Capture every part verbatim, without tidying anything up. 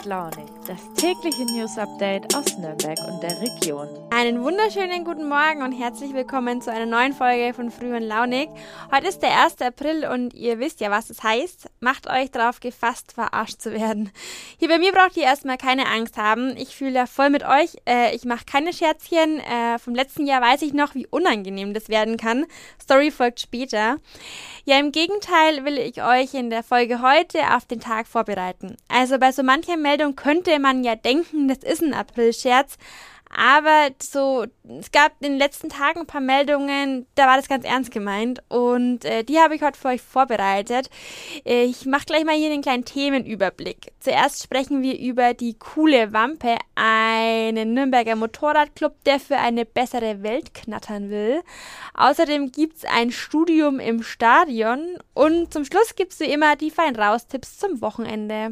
Launig, das tägliche News-Update aus Nürnberg und der Region. Einen wunderschönen guten Morgen und herzlich willkommen zu einer neuen Folge von Früh und Launig. Heute ist der erste April und ihr wisst ja, was es heißt. Macht euch darauf gefasst, verarscht zu werden. Hier bei mir braucht ihr erstmal keine Angst haben. Ich fühle ja voll mit euch. Äh, ich mache keine Scherzchen. Äh, vom letzten Jahr weiß ich noch, wie unangenehm das werden kann. Story folgt später. Ja, im Gegenteil will ich euch in der Folge heute auf den Tag vorbereiten. Also bei so mancher Meldung könnte man ja denken, das ist ein Aprilscherz. Aber so, es gab in den letzten Tagen ein paar Meldungen, da war das ganz ernst gemeint und äh, die habe ich heute für euch vorbereitet. Ich mache gleich mal hier einen kleinen Themenüberblick. Zuerst sprechen wir über die Coole Wampe, einen Nürnberger Motorradclub, der für eine bessere Welt knattern will. Außerdem gibt es ein Studium im Stadion und zum Schluss gibt es wie immer die Fein-Raus-Tipps zum Wochenende.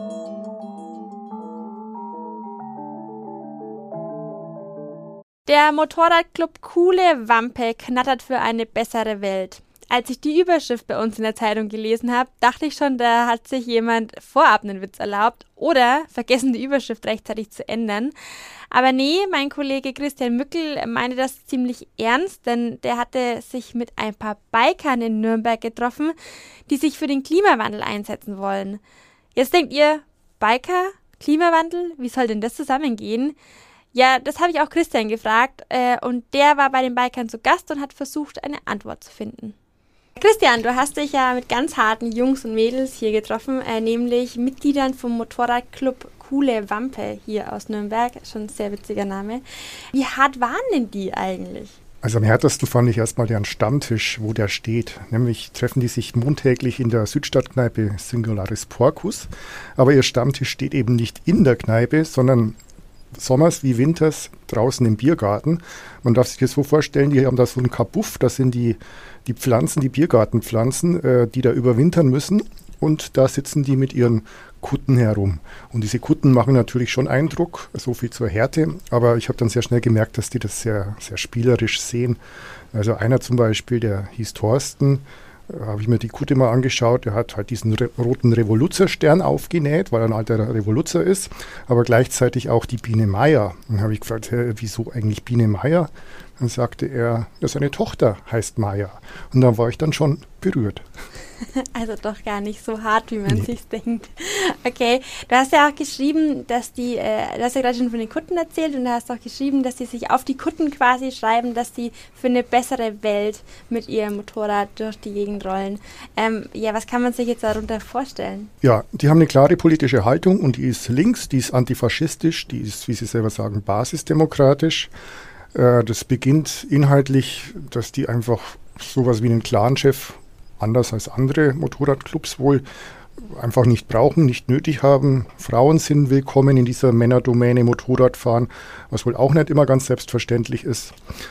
Der Motorradclub Coole Wampe knattert für eine bessere Welt. Als ich die Überschrift bei uns in der Zeitung gelesen habe, dachte ich schon, da hat sich jemand vorab einen Witz erlaubt oder vergessen, die Überschrift rechtzeitig zu ändern. Aber nee, mein Kollege Christian Mückel meinte das ziemlich ernst, denn der hatte sich mit ein paar Bikern in Nürnberg getroffen, die sich für den Klimawandel einsetzen wollen. Jetzt denkt ihr, Biker, Klimawandel, wie soll denn das zusammengehen? Ja, das habe ich auch Christian gefragt äh, und der war bei den Bikern zu Gast und hat versucht, eine Antwort zu finden. Christian, du hast dich ja mit ganz harten Jungs und Mädels hier getroffen, äh, nämlich Mitgliedern vom Motorradclub Coole Wampe hier aus Nürnberg, schon ein sehr witziger Name. Wie hart waren denn die eigentlich? Also am härtesten fand ich erstmal deren Stammtisch, wo der steht. Nämlich treffen die sich montäglich in der Südstadtkneipe Singularis Porcus, aber ihr Stammtisch steht eben nicht in der Kneipe, sondern sommers wie winters draußen im Biergarten. Man darf sich das so vorstellen, die haben da so einen Kabuff, das sind die, die Pflanzen, die Biergartenpflanzen, äh, die da überwintern müssen und da sitzen die mit ihren Kutten herum. Und diese Kutten machen natürlich schon Eindruck, so viel zur Härte, aber ich habe dann sehr schnell gemerkt, dass die das sehr, sehr spielerisch sehen. Also einer zum Beispiel, der hieß Thorsten, habe ich mir die Kutte mal angeschaut, der hat halt diesen re- roten Revoluzerstern aufgenäht, weil er ein alter Revoluzer ist, aber gleichzeitig auch die Biene Meier. Dann habe ich gefragt, hä, wieso eigentlich Biene Meier? Dann sagte er, ja, seine Tochter heißt Meier. Und da war ich dann schon berührt. Also doch gar nicht so hart, wie man nee. sich denkt. Okay, du hast ja auch geschrieben, dass die, äh, du hast ja gerade schon von den Kutten erzählt und du hast auch geschrieben, dass die sich auf die Kutten quasi schreiben, dass die für eine bessere Welt mit ihrem Motorrad durch die Gegend rollen. Ähm, ja, was kann man sich jetzt darunter vorstellen? Ja, die haben eine klare politische Haltung und die ist links, die ist antifaschistisch, die ist, wie sie selber sagen, basisdemokratisch. Äh, das beginnt inhaltlich, dass die einfach sowas wie einen Clanchef anders als andere Motorradclubs wohl einfach nicht brauchen, nicht nötig haben. Frauen sind willkommen in dieser Männerdomäne Motorradfahren, was wohl auch nicht immer ganz selbstverständlich ist.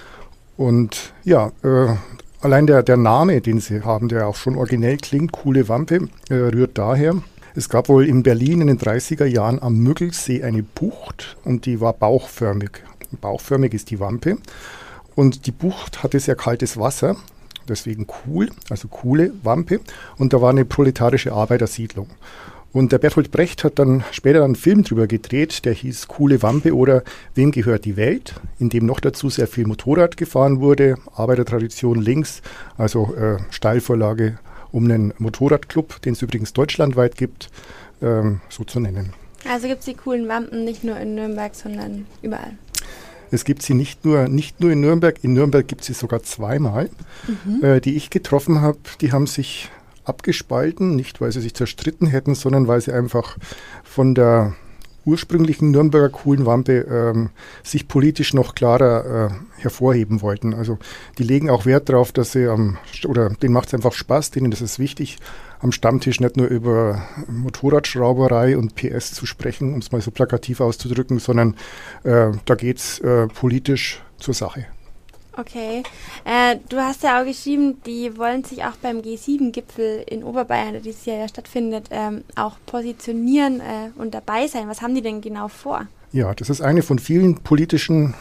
Und ja, äh, allein der, der Name, den sie haben, der auch schon originell klingt, Coole Wampe, äh, rührt daher. Es gab wohl in Berlin in den dreißiger Jahren am Müggelsee eine Bucht und die war bauchförmig. Bauchförmig ist die Wampe und die Bucht hatte sehr kaltes Wasser. Deswegen cool, also coole Wampe. Und da war eine proletarische Arbeitersiedlung. Und der Bertolt Brecht hat dann später einen Film drüber gedreht, der hieß Coole Wampe oder Wem gehört die Welt? In dem noch dazu sehr viel Motorrad gefahren wurde, Arbeitertradition links, also äh, Steilvorlage, um einen Motorradclub, den es übrigens deutschlandweit gibt, ähm, so zu nennen. Also gibt es die coolen Wampen nicht nur in Nürnberg, sondern überall? Es gibt sie nicht nur, nicht nur in Nürnberg, in Nürnberg gibt es sie sogar zweimal, mhm. äh, die ich getroffen habe. Die haben sich abgespalten, nicht weil sie sich zerstritten hätten, sondern weil sie einfach von der ursprünglichen Nürnberger coolen Wampe ähm, sich politisch noch klarer äh, hervorheben wollten. Also die legen auch Wert darauf, dass sie am, oder denen macht es einfach Spaß, denen das ist wichtig, am Stammtisch nicht nur über Motorradschrauberei und P S zu sprechen, um es mal so plakativ auszudrücken, sondern äh, da geht es äh, politisch zur Sache. Okay. Äh, du hast ja auch geschrieben, die wollen sich auch beim G sieben Gipfel in Oberbayern, der dieses Jahr ja stattfindet, ähm, auch positionieren äh, und dabei sein. Was haben die denn genau vor? Ja, das ist eine von vielen politischen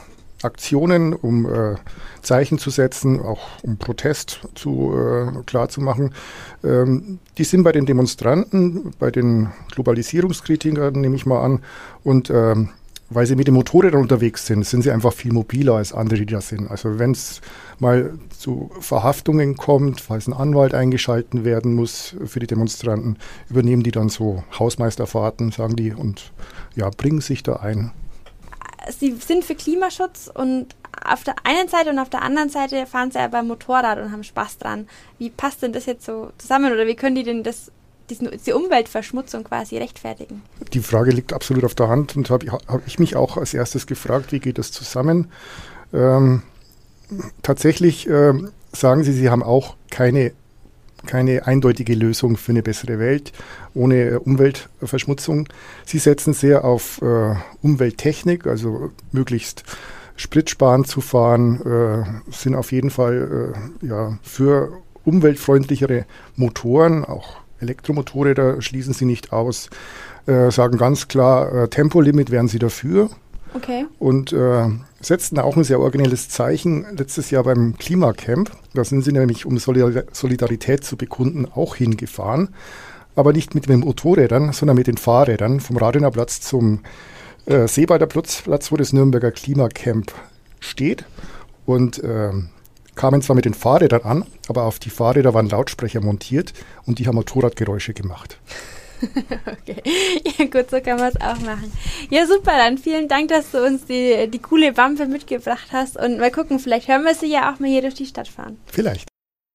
Aktionen, um äh, Zeichen zu setzen, auch um Protest zu, äh, klar zu machen. Ähm, die sind bei den Demonstranten, bei den Globalisierungskritikern, nehme ich mal an, und ähm, weil sie mit den Motorrädern unterwegs sind, sind sie einfach viel mobiler als andere, die da sind. Also wenn es mal zu Verhaftungen kommt, falls ein Anwalt eingeschalten werden muss für die Demonstranten, übernehmen die dann so Hausmeisterfahrten, sagen die, und ja, bringen sich da ein. Sie sind für Klimaschutz und auf der einen Seite und auf der anderen Seite fahren sie aber Motorrad und haben Spaß dran. Wie passt denn das jetzt so zusammen oder wie können die denn das Diesen, die Umweltverschmutzung quasi rechtfertigen? Die Frage liegt absolut auf der Hand und habe ich, hab ich mich auch als erstes gefragt, wie geht das zusammen? Ähm, tatsächlich ähm, sagen Sie, Sie haben auch keine, keine eindeutige Lösung für eine bessere Welt ohne äh, Umweltverschmutzung. Sie setzen sehr auf äh, Umwelttechnik, also möglichst spritsparend zu fahren, äh, sind auf jeden Fall äh, ja, für umweltfreundlichere Motoren, auch Elektromotorräder schließen sie nicht aus, äh, sagen ganz klar, äh, Tempolimit wären sie dafür. Okay. Und äh, setzten auch ein sehr originelles Zeichen letztes Jahr beim Klimacamp. Da sind sie nämlich, um Solidar- Solidarität zu bekunden, auch hingefahren. Aber nicht mit den Motorrädern, sondern mit den Fahrrädern vom Radionerplatz zum äh, Seebader Platz, wo das Nürnberger Klimacamp steht. Und äh, kamen zwar mit den Fahrrädern an, aber auf die Fahrräder waren Lautsprecher montiert und die haben Motorradgeräusche gemacht. Okay, ja gut, so kann man es auch machen. Ja, super, dann vielen Dank, dass du uns die, die coole Wampe mitgebracht hast und mal gucken, vielleicht hören wir sie ja auch mal hier durch die Stadt fahren. Vielleicht.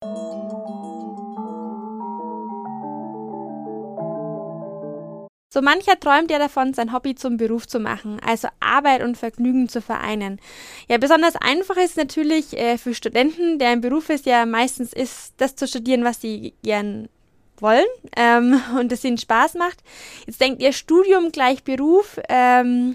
So mancher träumt ja davon, sein Hobby zum Beruf zu machen, also Arbeit und Vergnügen zu vereinen. Ja, besonders einfach ist natürlich äh, für Studenten, deren Beruf es ja meistens ist, das zu studieren, was sie gern wollen ähm, und es ihnen Spaß macht. Jetzt denkt ihr, Studium gleich Beruf, ähm,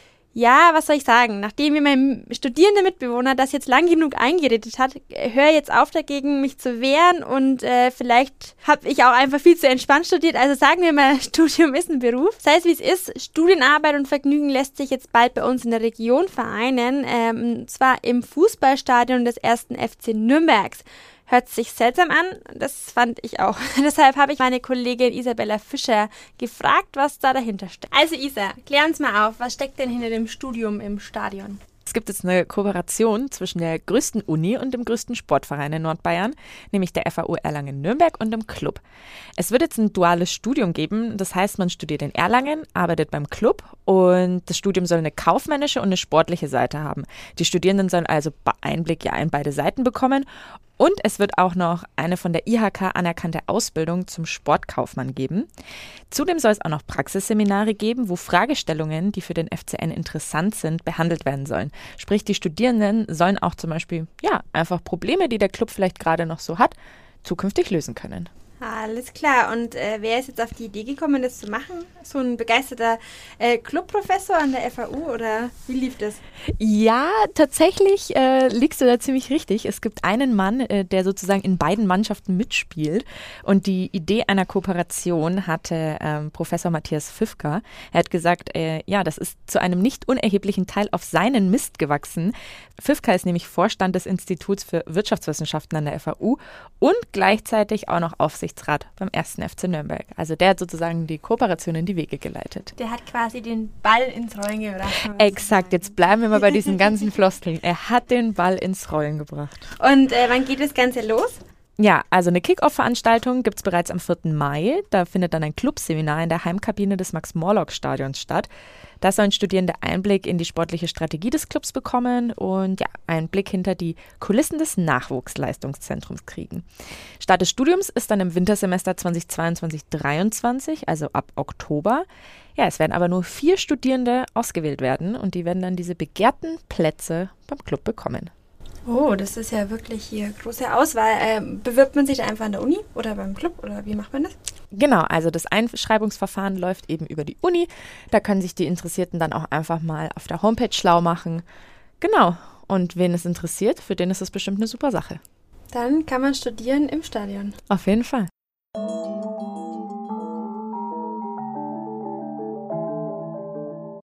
ja, was soll ich sagen? Nachdem mir mein studierender Mitbewohner das jetzt lang genug eingeredet hat, höre jetzt auf dagegen, mich zu wehren und äh, vielleicht habe ich auch einfach viel zu entspannt studiert. Also sagen wir mal, Studium ist ein Beruf. Sei es wie es ist, Studienarbeit und Vergnügen lässt sich jetzt bald bei uns in der Region vereinen, ähm, und zwar im Fußballstadion des ersten F C Nürnbergs. Hört sich seltsam an, das fand ich auch. Deshalb habe ich meine Kollegin Isabella Fischer gefragt, was da dahinter steckt. Also Isa, klär uns mal auf, was steckt denn hinter dem Studium im Stadion? Es gibt jetzt eine Kooperation zwischen der größten Uni und dem größten Sportverein in Nordbayern, nämlich der F A U Erlangen-Nürnberg und dem Club. Es wird jetzt ein duales Studium geben, das heißt, man studiert in Erlangen, arbeitet beim Club und das Studium soll eine kaufmännische und eine sportliche Seite haben. Die Studierenden sollen also Einblick ja in beide Seiten bekommen. Und es wird auch noch eine von der I H K anerkannte Ausbildung zum Sportkaufmann geben. Zudem soll es auch noch Praxisseminare geben, wo Fragestellungen, die für den F C N interessant sind, behandelt werden sollen. Sprich, die Studierenden sollen auch zum Beispiel ja, einfach Probleme, die der Club vielleicht gerade noch so hat, zukünftig lösen können. Alles klar. Und äh, wer ist jetzt auf die Idee gekommen, das zu machen? So ein begeisterter äh, Clubprofessor an der F A U oder wie lief das? Ja, tatsächlich äh, liegst du da ziemlich richtig. Es gibt einen Mann, äh, der sozusagen in beiden Mannschaften mitspielt. Und die Idee einer Kooperation hatte ähm, Professor Matthias Pfiffka. Er hat gesagt, äh, ja, das ist zu einem nicht unerheblichen Teil auf seinen Mist gewachsen. Pfiffka ist nämlich Vorstand des Instituts für Wirtschaftswissenschaften an der F A U und gleichzeitig auch noch Aufsichtsrat beim ersten F C Nürnberg. Also der hat sozusagen die Kooperation in die Wege geleitet. Der hat quasi den Ball ins Rollen gebracht. Exakt, jetzt bleiben wir mal bei diesen ganzen Floskeln. Er hat den Ball ins Rollen gebracht. Und äh, wann geht das Ganze los? Ja, also eine Kick-Off-Veranstaltung gibt es bereits am vierten Mai. Da findet dann ein Clubseminar in der Heimkabine des Max-Morlock-Stadions statt. Da sollen Studierende Einblick in die sportliche Strategie des Clubs bekommen und ja, einen Blick hinter die Kulissen des Nachwuchsleistungszentrums kriegen. Start des Studiums ist dann im Wintersemester zweitausendzweiundzwanzig dreiundzwanzig, also ab Oktober. Ja, es werden aber nur vier Studierende ausgewählt werden und die werden dann diese begehrten Plätze beim Club bekommen. Oh, das ist ja wirklich hier große Auswahl. Ähm, bewirbt man sich da einfach an der Uni oder beim Club oder wie macht man das? Genau, also das Einschreibungsverfahren läuft eben über die Uni. Da können sich die Interessierten dann auch einfach mal auf der Homepage schlau machen. Genau, und wen es interessiert, für den ist das bestimmt eine super Sache. Dann kann man studieren im Stadion. Auf jeden Fall.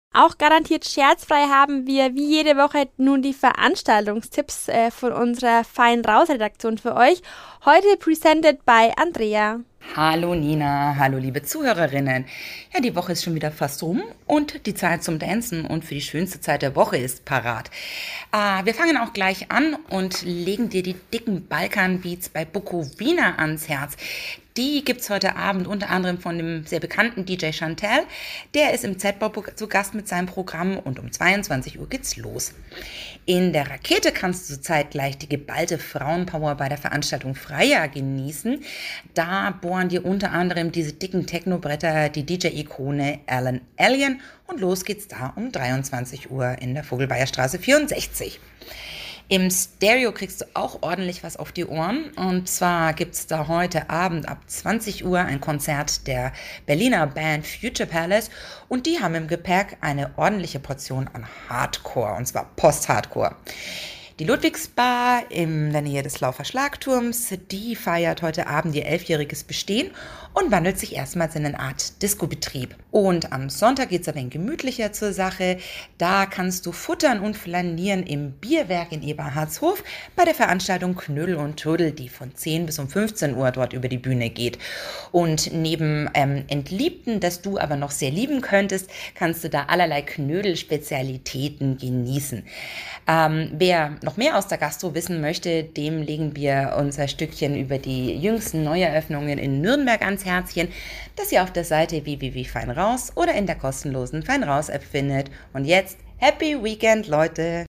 Auch garantiert scherzfrei haben wir wie jede Woche nun die Veranstaltungstipps äh, von unserer Fein Raus-Redaktion für euch. Heute presented by Andrea. Hallo Nina, hallo liebe Zuhörerinnen. Ja, die Woche ist schon wieder fast rum und die Zeit zum Dancen und für die schönste Zeit der Woche ist parat. Äh, wir fangen auch gleich an und legen dir die dicken Balkan-Beats bei Bukowina ans Herz. Die gibt's heute Abend unter anderem von dem sehr bekannten D J Chantel. Der ist im Z-Bau zu Gast mit seinem Programm und um zweiundzwanzig Uhr geht's los. In der Rakete kannst du zeitgleich die geballte Frauenpower bei der Veranstaltung Freya genießen. Da bohren dir unter anderem diese dicken Technobretter die D J-Ikone Alan Alien und los geht's da um dreiundzwanzig Uhr in der Vogelweiher Straße vierundsechzig. Im Stereo kriegst du auch ordentlich was auf die Ohren. Und zwar gibt's da heute Abend ab zwanzig Uhr ein Konzert der Berliner Band Future Palace. Und die haben im Gepäck eine ordentliche Portion an Hardcore, und zwar Post-Hardcore. Die Ludwigsbar in der Nähe des Laufer Schlagturms, die feiert heute Abend ihr elfjähriges Bestehen und wandelt sich erstmals in eine Art Discobetrieb. Und am Sonntag geht's ein wenig gemütlicher zur Sache. Da kannst du futtern und flanieren im Bierwerk in Eberhardshof bei der Veranstaltung Knödel und Tödel, die von zehn bis um fünfzehn Uhr dort über die Bühne geht. Und neben ähm, Entliebten, das du aber noch sehr lieben könntest, kannst du da allerlei Knödel-Spezialitäten genießen. Ähm, wer noch mehr aus der Gastro wissen möchte, dem legen wir unser Stückchen über die jüngsten Neueröffnungen in Nürnberg ans Herzchen, das ihr auf der Seite w w w punkt fein raus oder in der kostenlosen Fein Raus App findet. Und jetzt Happy Weekend, Leute!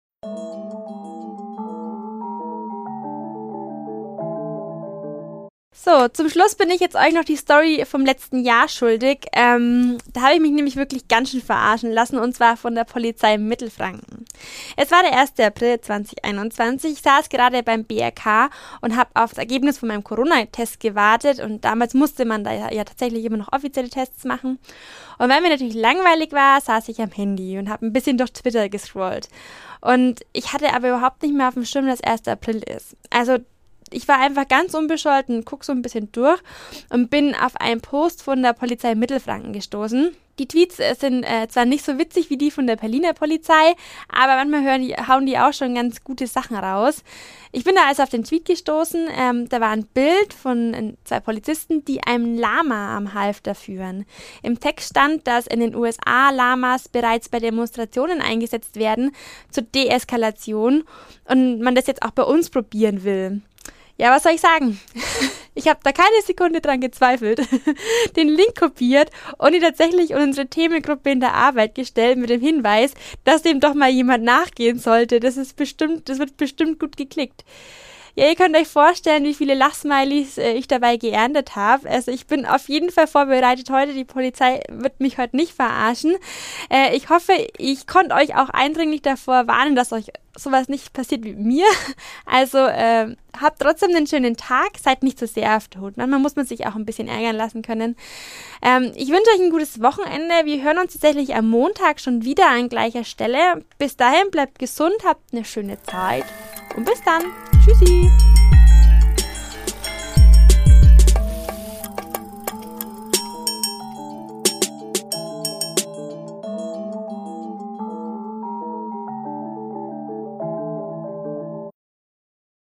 So, zum Schluss bin ich jetzt euch noch die Story vom letzten Jahr schuldig. Ähm, da habe ich mich nämlich wirklich ganz schön verarschen lassen, und zwar von der Polizei Mittelfranken. Es war der erster April zweitausendeinundzwanzig. Ich saß gerade beim B R K und habe auf das Ergebnis von meinem Corona-Test gewartet, und damals musste man da ja tatsächlich immer noch offizielle Tests machen. Und weil mir natürlich langweilig war, saß ich am Handy und habe ein bisschen durch Twitter gescrollt. Und ich hatte aber überhaupt nicht mehr auf dem Schirm, dass erster April ist. Also ich war einfach ganz unbescholten und guck so ein bisschen durch und bin auf einen Post von der Polizei Mittelfranken gestoßen. Die Tweets sind äh, zwar nicht so witzig wie die von der Berliner Polizei, aber manchmal hören die, hauen die auch schon ganz gute Sachen raus. Ich bin da also auf den Tweet gestoßen. Ähm, da war ein Bild von äh, zwei Polizisten, die einem Lama am Halfter führen. Im Text stand, dass in den U S A Lamas bereits bei Demonstrationen eingesetzt werden zur Deeskalation und man das jetzt auch bei uns probieren will. Ja, was soll ich sagen? Ich habe da keine Sekunde dran gezweifelt, den Link kopiert und ihn tatsächlich in unsere Themengruppe in der Arbeit gestellt mit dem Hinweis, dass dem doch mal jemand nachgehen sollte. Das ist bestimmt, das wird bestimmt gut geklickt. Ja, ihr könnt euch vorstellen, wie viele Lachsmilies äh, ich dabei geerntet habe. Also ich bin auf jeden Fall vorbereitet heute. Die Polizei wird mich heute nicht verarschen. Äh, ich hoffe, ich konnte euch auch eindringlich davor warnen, dass euch sowas nicht passiert wie mir. Also äh, habt trotzdem einen schönen Tag. Seid nicht so sehr auf der Hut. Manchmal muss man sich auch ein bisschen ärgern lassen können. Ähm, ich wünsche euch ein gutes Wochenende. Wir hören uns tatsächlich am Montag schon wieder an gleicher Stelle. Bis dahin, bleibt gesund, habt eine schöne Zeit und bis dann. Tschüssi!